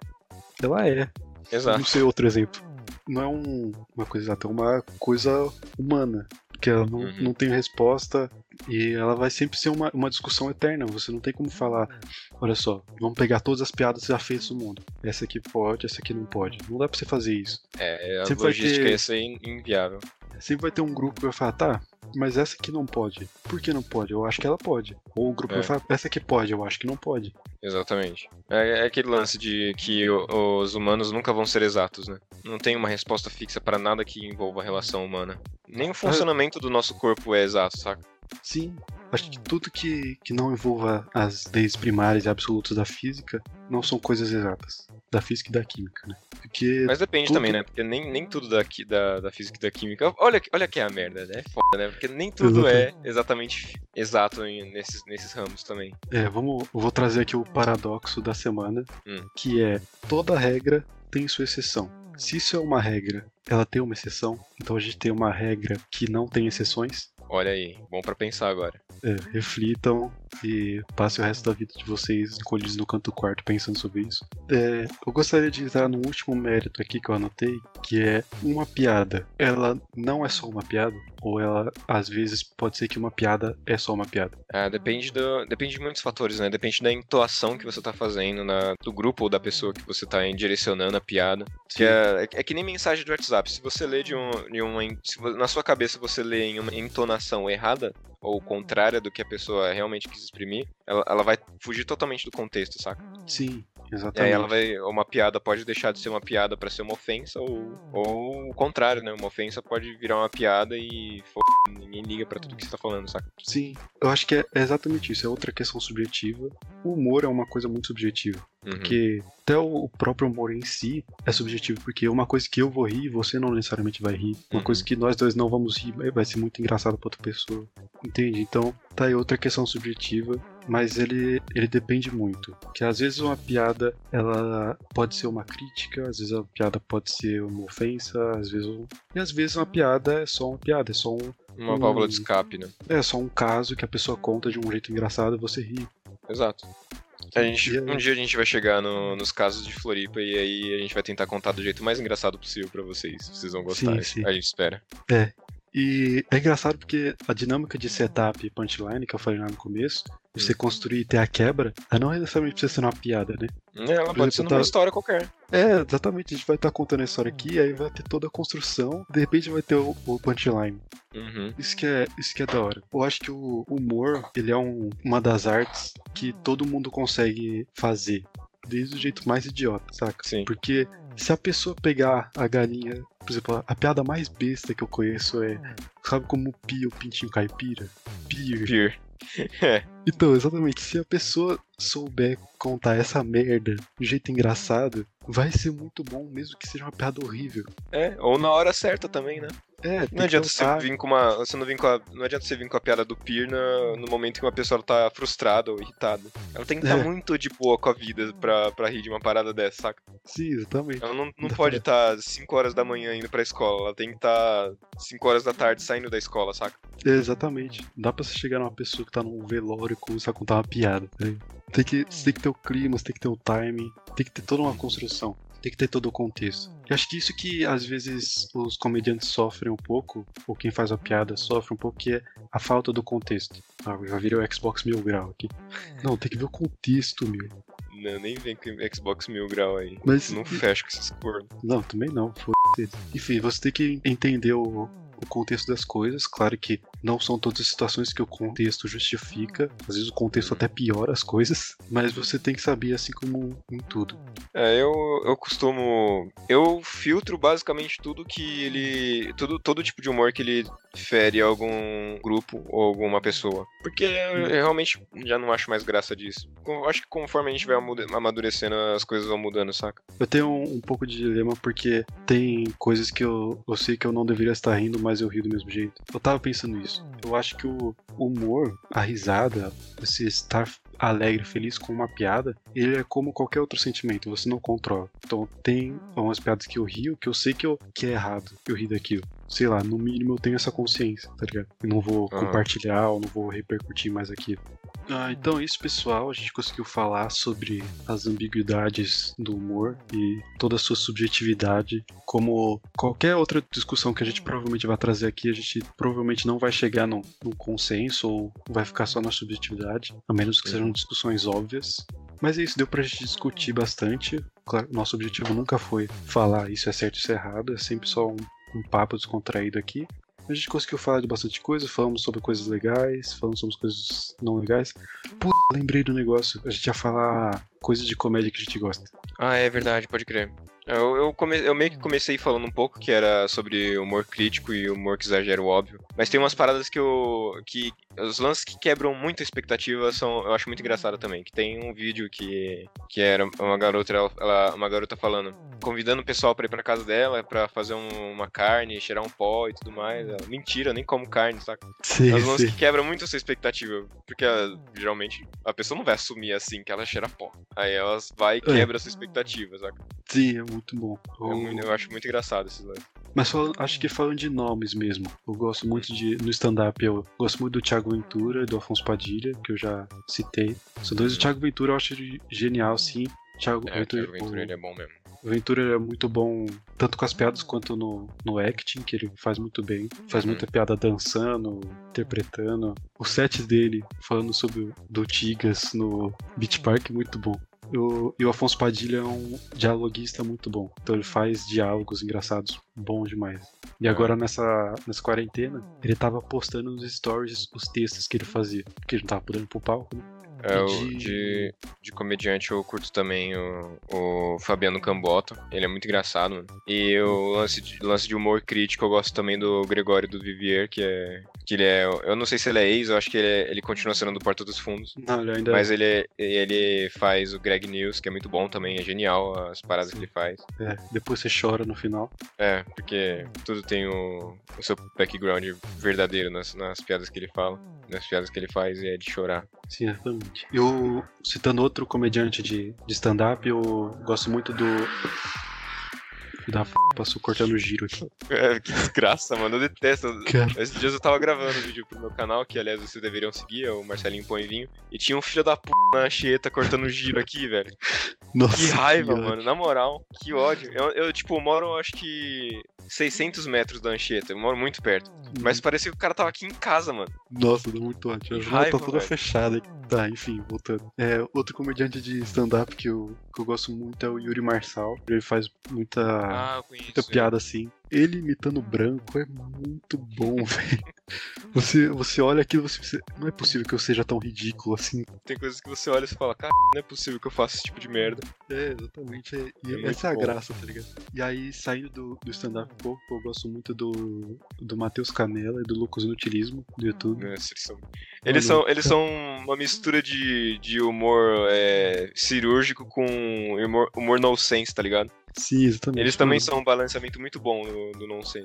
Exato. Não sei outro exemplo. Não é uma coisa exata, é uma coisa humana. Que ela não tem resposta e ela vai sempre ser uma discussão eterna. Você não tem como falar, olha só, vamos pegar todas as piadas já feitas no mundo. Essa aqui pode, essa aqui não pode. Não dá pra você fazer isso. A sempre logística ia ser inviável. Sempre vai ter um grupo que vai falar, tá, mas essa aqui não pode. Por que não pode? Eu acho que ela pode. Ou o grupo vai falar, essa aqui pode, eu acho que não pode. Exatamente. É aquele lance de que os humanos nunca vão ser exatos, né? Não tem uma resposta fixa para nada que envolva a relação humana. Nem o funcionamento do nosso corpo é exato, saca? Sim. Acho que tudo que não envolva as leis primárias e absolutas da física não são coisas exatas. Da física e da química, né? Mas depende também, né? Porque nem tudo da física e da química... Olha que é a merda, né? É foda, né? Porque nem tudo é exatamente exato nesses ramos também. Eu vou trazer aqui o paradoxo da semana, que é toda regra tem sua exceção. Se isso é uma regra, ela tem uma exceção, então a gente tem uma regra que não tem exceções. Olha aí, bom pra pensar agora. Reflitam e passem o resto da vida de vocês encolhidos no canto do quarto pensando sobre isso. Eu gostaria de entrar no último mérito aqui que eu anotei, que é uma piada. Ela não é só uma piada, ou ela, às vezes, pode ser que uma piada é só uma piada. Depende de muitos fatores, né? Depende da entoação que você tá fazendo do grupo ou da pessoa que você tá direcionando a piada. Que é que nem mensagem do WhatsApp. Se você lê na sua cabeça você lê em uma entonação errada, ou contrária do que a pessoa realmente quis exprimir, ela vai fugir totalmente do contexto, saca? Sim, exatamente. E aí uma piada pode deixar de ser uma piada pra ser uma ofensa, ou o contrário, né? Uma ofensa pode virar uma piada e ninguém liga pra tudo que você tá falando, saca? Sim, eu acho que é exatamente isso, é outra questão subjetiva. O humor é uma coisa muito subjetiva. Porque até o próprio humor em si é subjetivo, porque uma coisa que eu vou rir, você não necessariamente vai rir. Uma coisa que nós dois não vamos rir vai ser muito engraçado pra outra pessoa. Entende? Então, tá aí outra questão subjetiva, mas ele depende muito. Que às vezes uma piada, ela pode ser uma crítica, às vezes a piada pode ser uma ofensa, e às vezes uma piada é só uma piada, é só Uma válvula de escape, né? É só um caso que a pessoa conta de um jeito engraçado e você ri. Exato. Um dia a gente vai chegar nos casos de Floripa e aí a gente vai tentar contar do jeito mais engraçado possível pra vocês. Vocês vão gostar, Sim. a gente espera. E é engraçado porque a dinâmica de setup e punchline, que eu falei lá no começo, você construir e ter a quebra, ela não necessariamente precisa ser uma piada, né? Ela pode ser numa história qualquer. Exatamente, a gente vai estar contando a história aqui, aí vai ter toda a construção, de repente vai ter o punchline. Isso que é da hora. Eu acho que o humor, ele é uma das artes que todo mundo consegue fazer. Desde o jeito mais idiota, saca? Sim. Porque se a pessoa pegar a galinha, por exemplo, a piada mais besta que eu conheço é, sabe como pia o pintinho caipira? Peer. Então, exatamente, se a pessoa souber contar essa merda de jeito engraçado, vai ser muito bom, mesmo que seja uma piada horrível. Ou na hora certa também, né? Não adianta você vir com uma. Não adianta você vir com a piada do Peer no momento que uma pessoa tá frustrada ou irritada. Ela tem que estar muito de boa com a vida pra rir de uma parada dessa, saca? Sim, exatamente. Ela não pode estar 5 horas da manhã indo pra escola, ela tem que estar 5 horas da tarde saindo da escola, saca? Exatamente. Dá pra você chegar numa pessoa que tá num velório e começar a contar uma piada, né? Você tem que ter o clima, você tem que ter o timing, tem que ter toda uma construção. Tem que ter todo o contexto. E acho que isso que às vezes os comediantes sofrem um pouco, ou quem faz a piada sofre um pouco, que é a falta do contexto. Já virei o Xbox 1000 grau aqui. Não, tem que ver o contexto, meu. Não, nem vem com Xbox 1000 grau aí. Mas, não fecha com esses cornos. Não, também não. Foda-se. Enfim, você tem que entender o contexto das coisas. Claro que não são todas as situações que o contexto justifica. Às vezes o contexto até piora as coisas. Mas você tem que saber, assim como em tudo. Eu costumo... Eu filtro basicamente tudo que ele... Todo tipo de humor que ele fere algum grupo ou alguma pessoa. Porque eu realmente já não acho mais graça disso. Eu acho que conforme a gente vai amadurecendo, as coisas vão mudando, saca? Eu tenho um pouco de dilema porque tem coisas que eu sei que eu não deveria estar rindo, mas eu rio do mesmo jeito. Eu tava pensando nisso. Eu acho que o humor, a risada, você estar alegre, feliz com uma piada, ele é como qualquer outro sentimento, você não controla. Então tem umas piadas que eu rio, que eu sei que é errado, eu ri daquilo. Sei lá, no mínimo eu tenho essa consciência, tá ligado? Eu não vou compartilhar ou não vou repercutir mais aquilo. Então é isso, pessoal. A gente conseguiu falar sobre as ambiguidades do humor e toda a sua subjetividade. Como qualquer outra discussão que a gente provavelmente vai trazer aqui, a gente provavelmente não vai chegar num consenso ou vai ficar só na subjetividade, a menos que sejam discussões óbvias. Mas é isso, deu pra gente discutir bastante. Claro, nosso objetivo nunca foi falar isso é certo e isso é errado, é sempre só um papo descontraído aqui. A gente conseguiu falar de bastante coisa, falamos sobre coisas legais, falamos sobre coisas não legais. Puta, lembrei do negócio, a gente ia falar coisas de comédia que a gente gosta. É verdade, pode crer. Eu meio que comecei falando um pouco que era sobre humor crítico e humor que exagera o óbvio. Mas tem umas paradas que os lances que quebram muito a expectativa eu acho muito engraçado também. Que tem um vídeo que era uma garota falando, convidando o pessoal pra ir pra casa dela pra fazer uma carne, cheirar um pó e tudo mais. Mentira, eu nem como carne, saca? Sim, os lances que quebram muito essa expectativa. Porque geralmente a pessoa não vai assumir assim que ela cheira pó. Aí ela vai e quebra essa expectativa, saca? Sim, é muito bom. Eu acho muito engraçado esses lances. Mas acho que falando de nomes mesmo, eu gosto muito no stand-up, eu gosto muito do Thiago Ventura e do Afonso Padilha, que eu já citei. São dois. O Thiago Ventura eu acho ele genial, sim. O Thiago Ventura ele é bom mesmo. O Ventura é muito bom, tanto com as piadas quanto no acting, que ele faz muito bem. Faz muita piada dançando, interpretando. O set dele, falando sobre do Tigas no Beach Park, muito bom. E o Afonso Padilha é um dialoguista muito bom. Então ele faz diálogos engraçados bons demais. E agora nessa quarentena, ele tava postando nos stories os textos que ele fazia. Porque ele não tava podendo ir pro palco, né? De comediante eu curto também o Fabiano Cambota. Ele é muito engraçado, mano. E o lance de humor crítico eu gosto também do Gregório do Vivier, que ele é... Eu não sei se ele é ex, eu acho que ele continua sendo do Porta dos Fundos. Não, ele ainda mas ele faz o Greg News, que é muito bom também, é genial as paradas que ele faz. Depois você chora no final. Porque tudo tem o seu background verdadeiro nas piadas que ele fala, nas piadas que ele faz, e é de chorar. Sim, exatamente. Eu, citando outro comediante de stand-up, eu gosto muito do... Filho da passou cortando o giro aqui. Que desgraça, mano. Eu detesto. Cara. Esses dias eu tava gravando um vídeo pro meu canal, que aliás vocês deveriam seguir, é o Marcelinho Põe Vinho. E tinha um filho da p na Anchieta cortando o giro aqui, velho. Nossa, Que raiva, que mano. Na moral, que ódio. Eu tipo, moro acho que 600 metros da Anchieta. Eu moro muito perto. Mas parecia que o cara tava aqui em casa, mano. Nossa, dá muito ódio. A Que janela tá raiva, toda velho. fechada aqui. Tá, enfim, voltando. Outro comediante de stand-up que eu gosto muito é o Yuri Marçal. Ele faz muita Eu conheço. muita piada assim. Ele imitando o Branco é muito bom, velho. Você olha aquilo, não é possível que eu seja tão ridículo assim. Tem coisas que você olha e você fala, cara, não é possível que eu faça esse tipo de merda. Exatamente. E muito essa é a bom. graça, tá ligado? E aí, saindo do stand-up um pouco, eu gosto muito do Matheus Canella e do Lucas Inutilismo, do YouTube. Nossa, eles são uma mistura de humor cirúrgico com humor nonsense, tá ligado? Sim, exatamente. Eles também Mano, são um balanceamento muito bom do nonsense.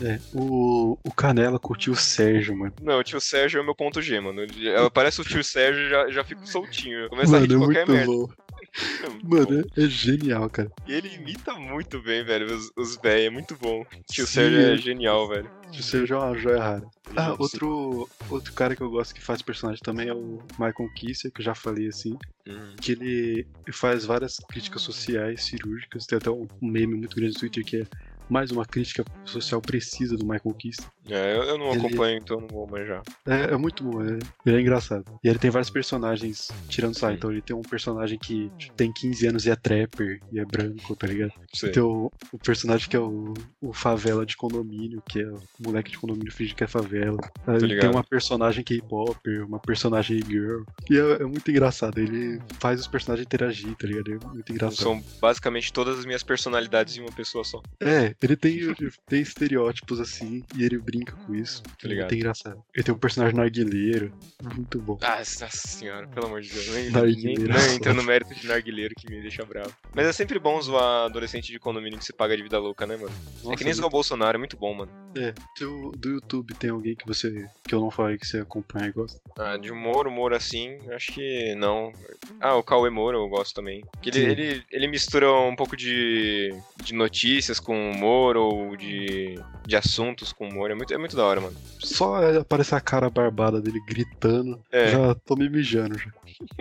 o Canella curtiu o Sérgio, mano. Não, o tio Sérgio é o meu ponto G, mano. Aparece o tio Sérgio e já fico soltinho. Eu começo a rir Mano, de é qualquer muito merda. bom. É muito Mano, bom. é genial, cara. E ele imita muito bem, velho, os véi, é muito bom. Tio Sim, Sérgio é genial, velho. O Sérgio é uma joia rara. Ah, Sim. outro cara que eu gosto que faz personagem também é o Michael Kisser, que eu já falei assim. Que ele faz várias críticas sociais cirúrgicas. Tem até um meme muito grande no Twitter que é mais uma crítica social precisa do Michael Kister. Eu não Ele- acompanho, então não vou manjar. É muito bom, ele é engraçado. E ele tem vários personagens tirando sarro. Então ele tem um personagem que tem 15 anos e é trapper e é branco, tá ligado? Sei. Tem o personagem que é o favela de condomínio, que é o moleque de condomínio finge que é favela. Aí tem ligado. uma personagem K-popper, uma personagem girl. E é muito engraçado. Ele faz os personagens interagir, tá ligado? É muito engraçado. São basicamente todas as minhas personalidades em uma pessoa só. Ele tem estereótipos assim, e ele brinca com isso. Tá ligado. Muito engraçado. Ele tem um personagem narguileiro, muito bom. Nossa senhora, pelo amor de Deus. Nem Narguileiro. entra no mérito de narguileiro que me deixa bravo. Mas é sempre bom zoar adolescente de condomínio que se paga de vida louca, né, mano? É que nem zoar o Bolsonaro, é muito bom, mano. Do YouTube tem alguém que eu não falei que você acompanha e gosta? De humor assim, acho que não. O Cauê Moura eu gosto também. Que Sim. ele mistura um pouco de notícias com humor ou de assuntos com humor. É muito da hora, mano. Só aparecer a cara barbada dele gritando, já tô me mijando já.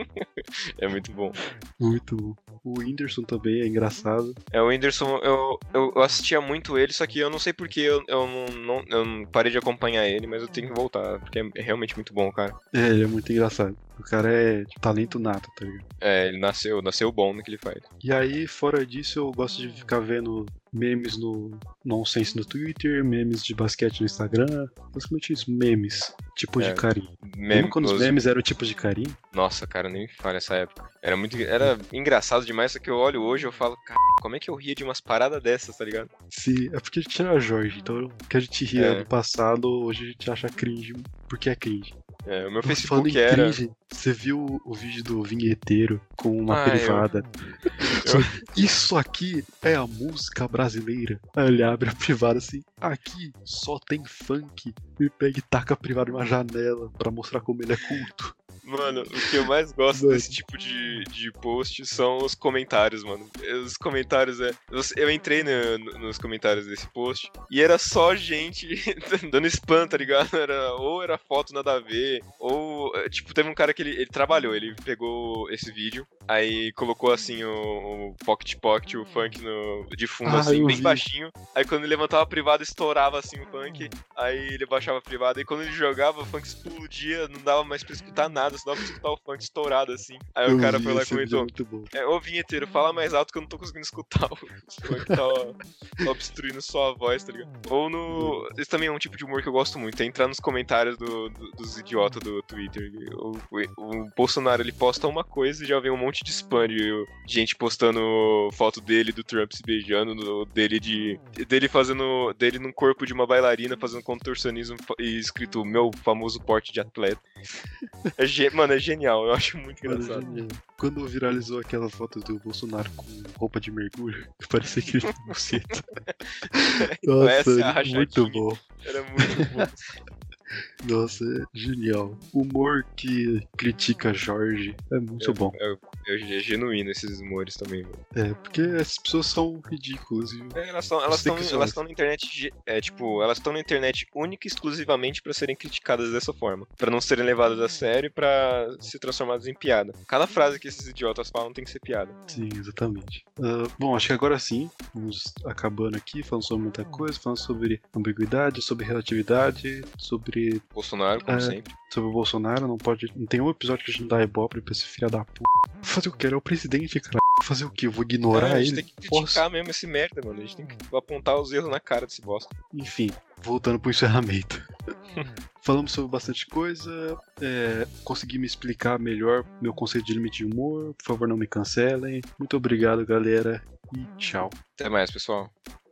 É muito bom. Muito bom. O Whindersson também é engraçado. O Whindersson, eu assistia muito ele, só que eu não sei porque eu não parei de acompanhar ele, mas eu tenho que voltar, porque é realmente muito bom, cara. Ele é muito engraçado. O cara é talento nato, tá ligado? Ele nasceu bom no que ele faz. E aí, fora disso, eu gosto de ficar vendo memes no Nonsense no Twitter, memes de basquete no Instagram. Basicamente isso, memes. Tipo de carinho. Lembra quando os memes eram tipo de carinho? Nossa, cara, nem me fale essa época. Era engraçado demais, só que eu olho hoje e eu falo, cara, como é que eu ria de umas paradas dessas, tá ligado? Sim, é porque a gente era Jorge, então o que a gente ria do passado, hoje a gente acha cringe, porque é cringe. O meu Falando Facebook em era... cringe, você viu o vídeo do vinheteiro com uma privada? Isso aqui é a música brasileira. Aí ele abre a privada assim, aqui só tem funk. E pega e taca a privada em uma janela pra mostrar como ele é culto. Mano, o que eu mais gosto desse tipo de post são os comentários, mano. Os comentários eu entrei nos comentários desse post e era só gente dando spam, tá ligado? Ou era foto nada a ver, ou... Tipo, teve um cara que ele trabalhou, ele pegou esse vídeo, aí colocou assim o Pocket Pocket, o funk de fundo, assim, bem baixinho. Aí quando ele levantava a privada, estourava assim o funk, aí ele baixava a privada, e quando ele jogava, o funk explodia, não dava mais pra escutar nada, só dava pra escutar o funk estourado assim. Aí o cara foi lá e comentou: ô vinheteiro, fala mais alto que eu não tô conseguindo escutar, o funk tá obstruindo sua voz, tá ligado? Ou no... Esse também é um tipo de humor que eu gosto muito, é entrar nos comentários dos idiotas do Twitter. O Bolsonaro, ele posta uma coisa e já vem um monte de spam de gente postando foto dele, do Trump se beijando, dele num corpo de uma bailarina fazendo contorcionismo e escrito meu famoso porte de atleta. Mano, é genial, eu acho muito engraçado. Quando viralizou aquela foto do Bolsonaro com roupa de mergulho, parecia que ele tinha buceta. Nossa, muito bom. Era muito bom. Nossa, é genial. Humor que critica Jorge é muito bom. É genuíno esses humores também, mano. É, porque essas pessoas são ridículas. Elas estão na internet, elas estão na internet única e exclusivamente pra serem criticadas dessa forma. Pra não serem levadas a sério e pra se transformadas em piada. Cada frase que esses idiotas falam tem que ser piada. Sim, exatamente. Bom, acho que agora sim, vamos acabando aqui, falando sobre muita coisa, falando sobre ambiguidade, sobre relatividade, sobre... Bolsonaro, como sempre. Sobre o Bolsonaro, não tem um episódio que a gente não dá ibope pra esse filho da puta. Fazer o que? Ele é o presidente, cara. Fazer o que? Eu vou ignorar ele? A gente tem que criticar mesmo esse merda, mano. A gente tem que apontar os erros na cara desse bosta. Enfim, voltando pro encerramento. Falamos sobre bastante coisa, consegui me explicar melhor meu conceito de limite de humor. Por favor, não me cancelem. Muito obrigado, galera, e tchau. Até mais, pessoal.